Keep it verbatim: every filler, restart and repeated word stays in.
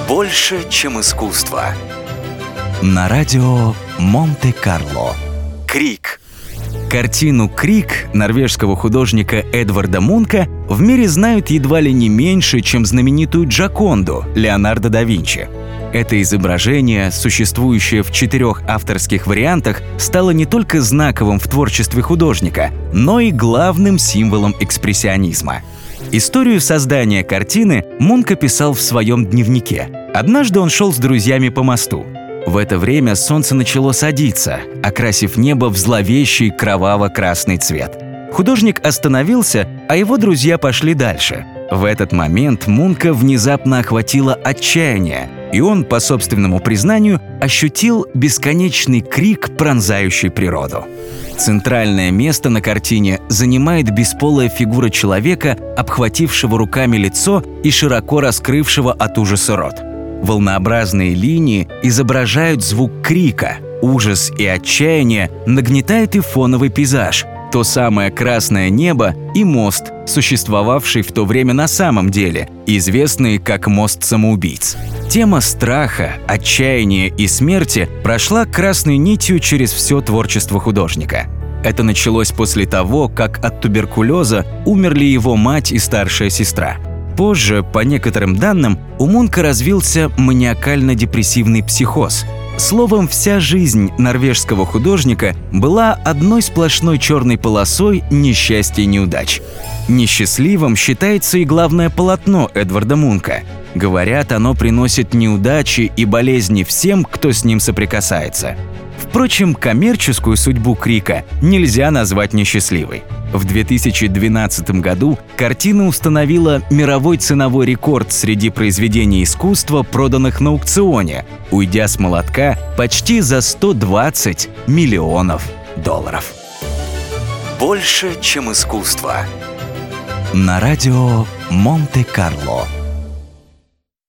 Больше, чем искусство. На радио Монте-Карло. Крик. Картину «Крик» норвежского художника Эдварда Мунка в мире знают едва ли не меньше, чем знаменитую «Джоконду» Леонардо да Винчи. Это изображение, существующее в четырех авторских вариантах, стало не только знаковым в творчестве художника, но и главным символом экспрессионизма. Историю создания картины Мунк описал в своем дневнике. Однажды он шел с друзьями по мосту. В это время солнце начало садиться, окрасив небо в зловещий кроваво-красный цвет. Художник остановился, а его друзья пошли дальше. В этот момент Мунка внезапно охватило отчаяние, и он, по собственному признанию, ощутил бесконечный крик, пронзающий природу. Центральное место на картине занимает бесполая фигура человека, обхватившего руками лицо и широко раскрывшего от ужаса рот. Волнообразные линии изображают звук крика. Ужас и отчаяние нагнетает и фоновый пейзаж, то самое красное небо и мост, существовавший в то время на самом деле, известный как мост самоубийц. Тема страха, отчаяния и смерти прошла красной нитью через все творчество художника. Это началось после того, как от туберкулеза умерли его мать и старшая сестра. Позже, по некоторым данным, у Мунка развился маниакально-депрессивный психоз. Словом, вся жизнь норвежского художника была одной сплошной черной полосой несчастья и неудач. Несчастливым считается и главное полотно Эдварда Мунка. Говорят, оно приносит неудачи и болезни всем, кто с ним соприкасается. Впрочем, коммерческую судьбу «Крика» нельзя назвать несчастливой. В две тысячи двенадцатом году картина установила мировой ценовой рекорд среди произведений искусства, проданных на аукционе, уйдя с молотка почти за сто двадцать миллионов долларов. Больше, чем искусство. На радио Монте-Карло.